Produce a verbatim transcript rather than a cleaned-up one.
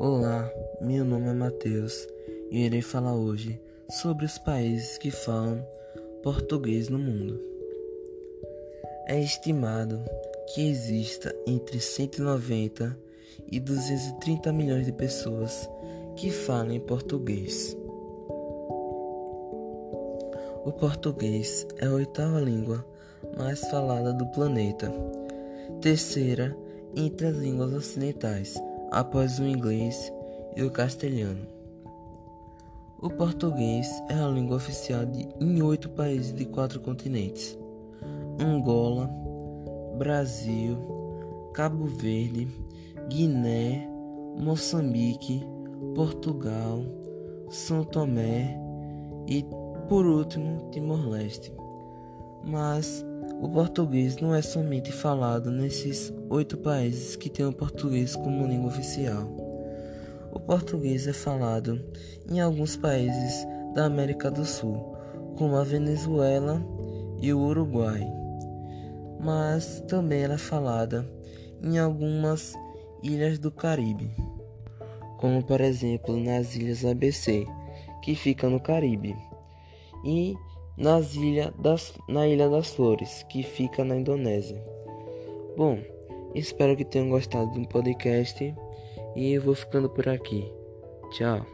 Olá, meu nome é Matheus e irei falar hoje sobre os países que falam português no mundo. É estimado que exista entre cento e noventa e duzentos e trinta milhões de pessoas que falam português. O português é a oitava língua mais falada do planeta, terceira entre as línguas ocidentais, após o inglês e o castelhano. O português é a língua oficial de, em oito países de quatro continentes: Angola, Brasil, Cabo Verde, Guiné, Moçambique, Portugal, São Tomé e, por último, Timor-Leste. Mas o português não é somente falado nesses oito países que têm o português como língua oficial. O português é falado em alguns países da América do Sul, como a Venezuela e o Uruguai, mas também ela é falada em algumas ilhas do Caribe, como por exemplo nas Ilhas A B C, que fica no Caribe, e nas ilha das, na Ilha das Flores, que fica na Indonésia. Bom, espero que tenham gostado do podcast e eu vou ficando por aqui. Tchau.